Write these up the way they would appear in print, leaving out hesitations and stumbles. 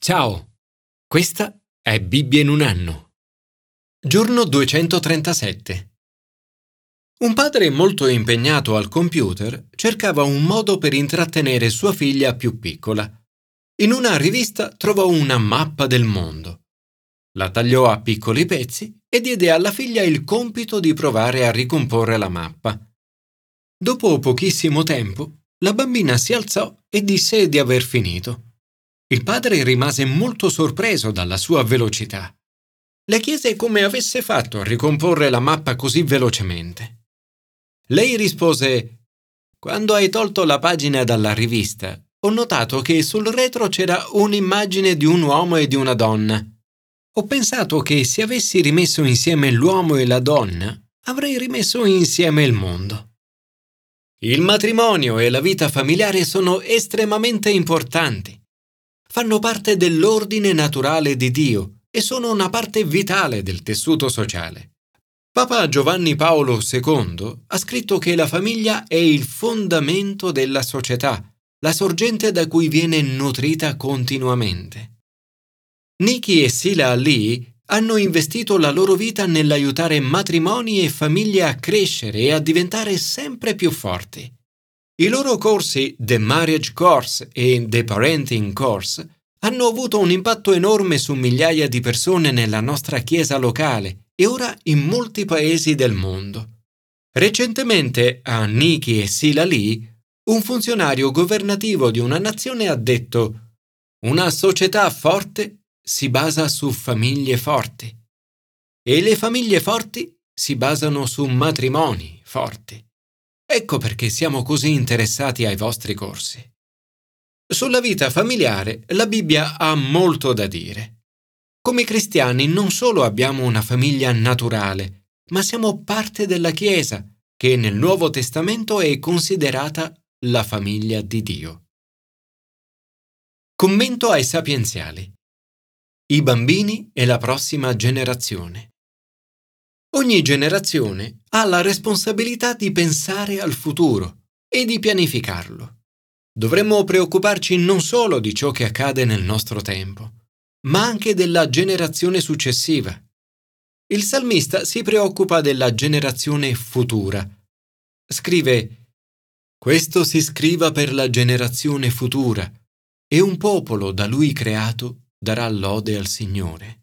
Ciao, questa è Bibbia in un anno. Giorno 237. Un padre molto impegnato al computer cercava un modo per intrattenere sua figlia più piccola. In una rivista trovò una mappa del mondo. La tagliò a piccoli pezzi e diede alla figlia il compito di provare a ricomporre la mappa. Dopo pochissimo tempo, la bambina si alzò e disse di aver finito. Il padre rimase molto sorpreso dalla sua velocità. Le chiese come avesse fatto a ricomporre la mappa così velocemente. Lei rispose: «Quando hai tolto la pagina dalla rivista, ho notato che sul retro c'era un'immagine di un uomo e di una donna. Ho pensato che se avessi rimesso insieme l'uomo e la donna, avrei rimesso insieme il mondo». Il matrimonio e la vita familiare sono estremamente importanti. Fanno parte dell'ordine naturale di Dio e sono una parte vitale del tessuto sociale. Papa Giovanni Paolo II ha scritto che la famiglia è il fondamento della società, la sorgente da cui viene nutrita continuamente. Nikki e Sila Ali hanno investito la loro vita nell'aiutare matrimoni e famiglie a crescere e a diventare sempre più forti. I loro corsi The Marriage Course e The Parenting Course hanno avuto un impatto enorme su migliaia di persone nella nostra chiesa locale e ora in molti paesi del mondo. Recentemente a Nikki e Sila Lee, un funzionario governativo di una nazione ha detto: «Una società forte si basa su famiglie forti e le famiglie forti si basano su matrimoni forti». Ecco perché siamo così interessati ai vostri corsi. Sulla vita familiare la Bibbia ha molto da dire. Come cristiani non solo abbiamo una famiglia naturale, ma siamo parte della Chiesa, che nel Nuovo Testamento è considerata la famiglia di Dio. Commento ai sapienziali. I bambini e la prossima generazione. Ogni generazione ha la responsabilità di pensare al futuro e di pianificarlo. Dovremmo preoccuparci non solo di ciò che accade nel nostro tempo, ma anche della generazione successiva. Il salmista si preoccupa della generazione futura. Scrive: «Questo si scriva per la generazione futura, e un popolo da lui creato darà lode al Signore».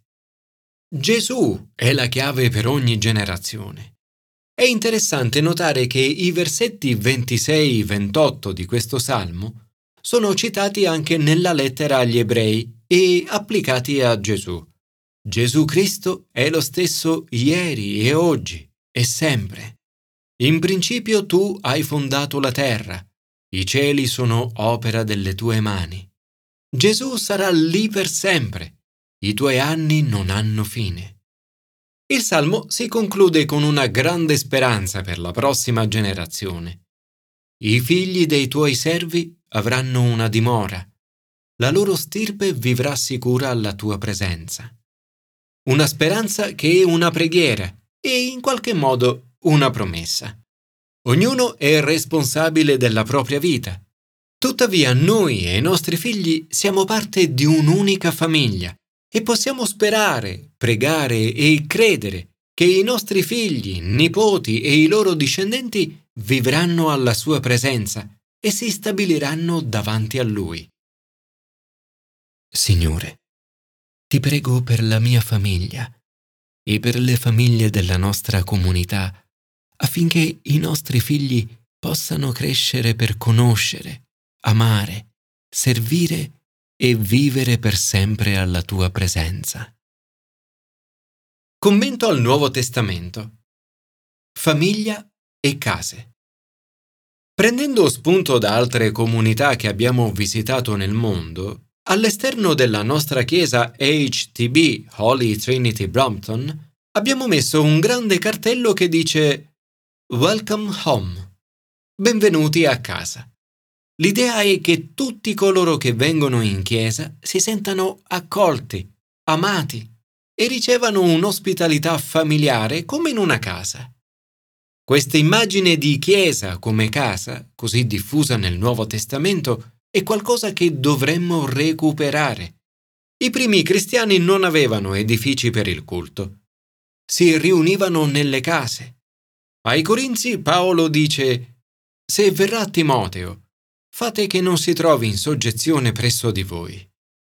Gesù è la chiave per ogni generazione. È interessante notare che i versetti 26-28 di questo salmo sono citati anche nella lettera agli Ebrei e applicati a Gesù. Gesù Cristo è lo stesso ieri e oggi e sempre. In principio tu hai fondato la terra, i cieli sono opera delle tue mani. Gesù sarà lì per sempre. I tuoi anni non hanno fine. Il salmo si conclude con una grande speranza per la prossima generazione. I figli dei tuoi servi avranno una dimora. La loro stirpe vivrà sicura alla tua presenza. Una speranza che è una preghiera e in qualche modo una promessa. Ognuno è responsabile della propria vita. Tuttavia noi e i nostri figli siamo parte di un'unica famiglia. E possiamo sperare, pregare e credere che i nostri figli, nipoti e i loro discendenti vivranno alla sua presenza e si stabiliranno davanti a Lui. Signore, ti prego per la mia famiglia e per le famiglie della nostra comunità, affinché i nostri figli possano crescere per conoscere, amare, servire e vivere per sempre alla tua presenza. Commento al Nuovo Testamento. Famiglia e case. Prendendo spunto da altre comunità che abbiamo visitato nel mondo, all'esterno della nostra chiesa HTB Holy Trinity Brompton abbiamo messo un grande cartello che dice «Welcome home», benvenuti a casa. L'idea è che tutti coloro che vengono in chiesa si sentano accolti, amati e ricevano un'ospitalità familiare come in una casa. Questa immagine di chiesa come casa, così diffusa nel Nuovo Testamento, è qualcosa che dovremmo recuperare. I primi cristiani non avevano edifici per il culto. Si riunivano nelle case. Ai Corinzi Paolo dice: «Se verrà Timoteo, fate che non si trovi in soggezione presso di voi».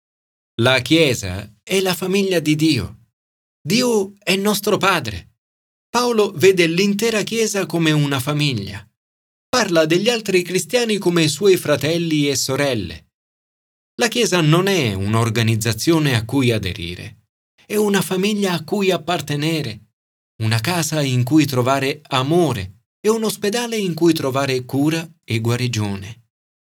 La Chiesa è la famiglia di Dio. Dio è nostro Padre. Paolo vede l'intera Chiesa come una famiglia. Parla degli altri cristiani come suoi fratelli e sorelle. La Chiesa non è un'organizzazione a cui aderire, è una famiglia a cui appartenere, una casa in cui trovare amore e un ospedale in cui trovare cura e guarigione.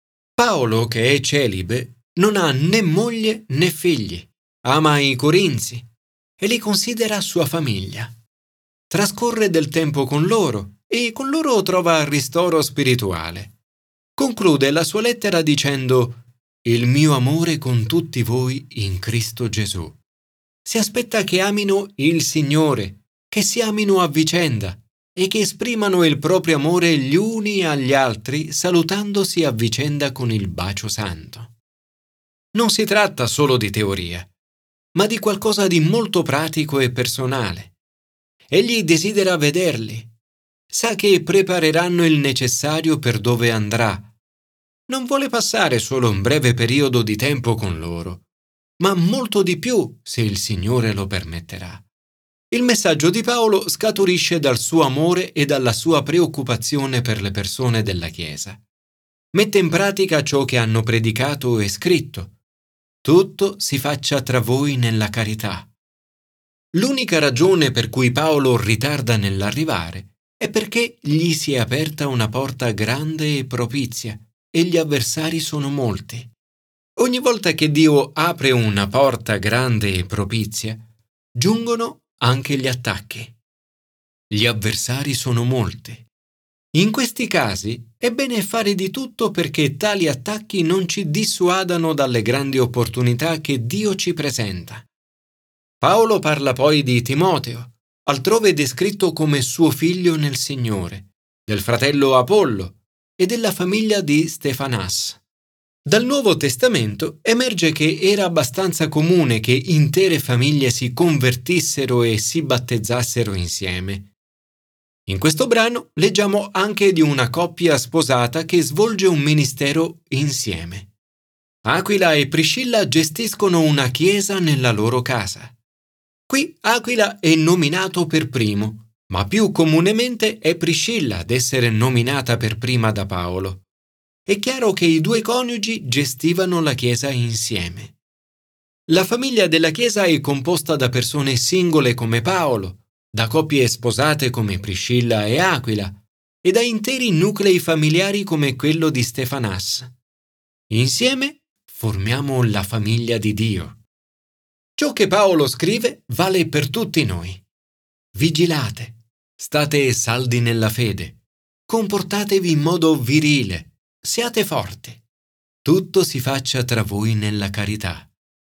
Paolo, che è celibe, non ha né moglie né figli, ama i Corinzi e li considera sua famiglia. Trascorre del tempo con loro e con loro trova ristoro spirituale. Conclude la sua lettera dicendo: «Il mio amore con tutti voi in Cristo Gesù». Si aspetta che amino il Signore, che si amino a vicenda e che esprimano il proprio amore gli uni agli altri salutandosi a vicenda con il bacio santo. Non si tratta solo di teoria, ma di qualcosa di molto pratico e personale. Egli desidera vederli. Sa che prepareranno il necessario per dove andrà. Non vuole passare solo un breve periodo di tempo con loro, ma molto di più se il Signore lo permetterà. Il messaggio di Paolo scaturisce dal suo amore e dalla sua preoccupazione per le persone della Chiesa. Mette in pratica ciò che hanno predicato e scritto. Tutto si faccia tra voi nella carità. L'unica ragione per cui Paolo ritarda nell'arrivare è perché gli si è aperta una porta grande e propizia e gli avversari sono molti. Ogni volta che Dio apre una porta grande e propizia, giungono anche gli attacchi. Gli avversari sono molti. In questi casi è bene fare di tutto perché tali attacchi non ci dissuadano dalle grandi opportunità che Dio ci presenta. Paolo parla poi di Timoteo, altrove descritto come suo figlio nel Signore, del fratello Apollo e della famiglia di Stefanas. Dal Nuovo Testamento emerge che era abbastanza comune che intere famiglie si convertissero e si battezzassero insieme. In questo brano leggiamo anche di una coppia sposata che svolge un ministero insieme. Aquila e Priscilla gestiscono una chiesa nella loro casa. Qui Aquila è nominato per primo, ma più comunemente è Priscilla ad essere nominata per prima da Paolo. È chiaro che i due coniugi gestivano la Chiesa insieme. La famiglia della Chiesa è composta da persone singole come Paolo, da coppie sposate come Priscilla e Aquila e da interi nuclei familiari come quello di Stefanas. Insieme formiamo la famiglia di Dio. Ciò che Paolo scrive vale per tutti noi. Vigilate, state saldi nella fede, comportatevi in modo virile. Siate forti. Tutto si faccia tra voi nella carità.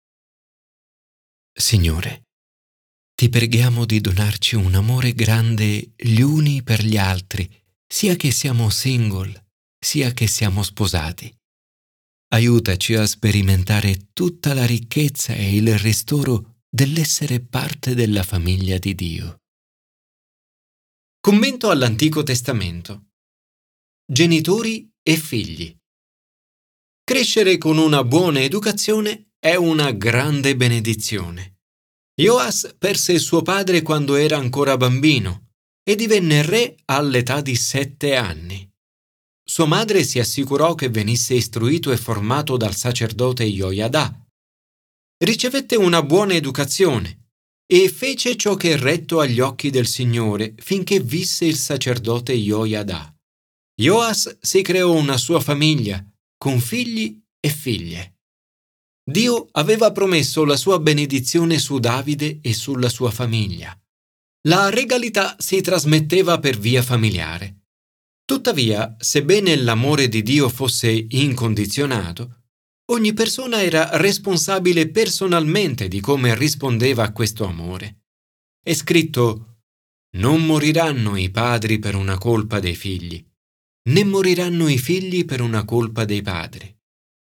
Signore, ti preghiamo di donarci un amore grande gli uni per gli altri, sia che siamo single, sia che siamo sposati. Aiutaci a sperimentare tutta la ricchezza e il ristoro dell'essere parte della famiglia di Dio. Commento all'Antico Testamento. Genitori e figli. Crescere con una buona educazione è una grande benedizione. Joas perse suo padre quando era ancora bambino e divenne re all'età di 7 anni. Sua madre si assicurò che venisse istruito e formato dal sacerdote Joiada. Ricevette una buona educazione e fece ciò che è retto agli occhi del Signore finché visse il sacerdote Joiada. Joas si creò una sua famiglia, con figli e figlie. Dio aveva promesso la sua benedizione su Davide e sulla sua famiglia. La regalità si trasmetteva per via familiare. Tuttavia, sebbene l'amore di Dio fosse incondizionato, ogni persona era responsabile personalmente di come rispondeva a questo amore. È scritto: «Non moriranno i padri per una colpa dei figli, né moriranno i figli per una colpa dei padri».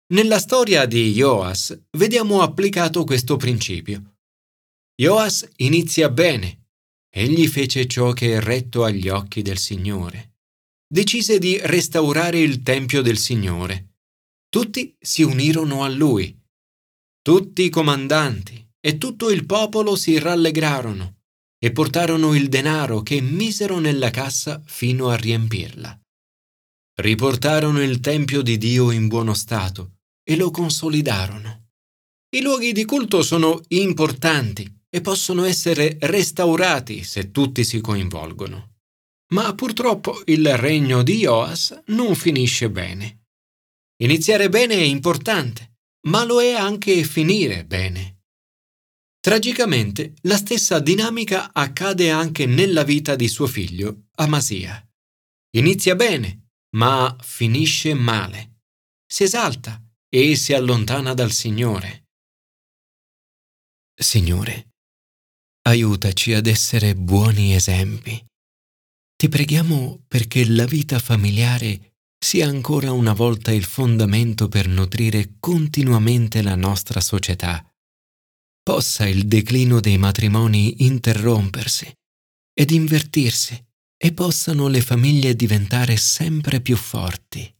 Nella storia di Joas vediamo applicato questo principio. Joas inizia bene. Egli fece ciò che è retto agli occhi del Signore. Decise di restaurare il Tempio del Signore. Tutti si unirono a lui. Tutti i comandanti e tutto il popolo si rallegrarono e portarono il denaro che misero nella cassa fino a riempirla. Riportarono il Tempio di Dio in buono stato e lo consolidarono. I luoghi di culto sono importanti e possono essere restaurati se tutti si coinvolgono. Ma purtroppo il regno di Joas non finisce bene. Iniziare bene è importante, ma lo è anche finire bene. Tragicamente, la stessa dinamica accade anche nella vita di suo figlio, Amasia. Inizia bene, ma finisce male. Si esalta e si allontana dal Signore. Signore, aiutaci ad essere buoni esempi. Ti preghiamo perché la vita familiare sia ancora una volta il fondamento per nutrire continuamente la nostra società. Possa il declino dei matrimoni interrompersi ed invertirsi e possano le famiglie diventare sempre più forti.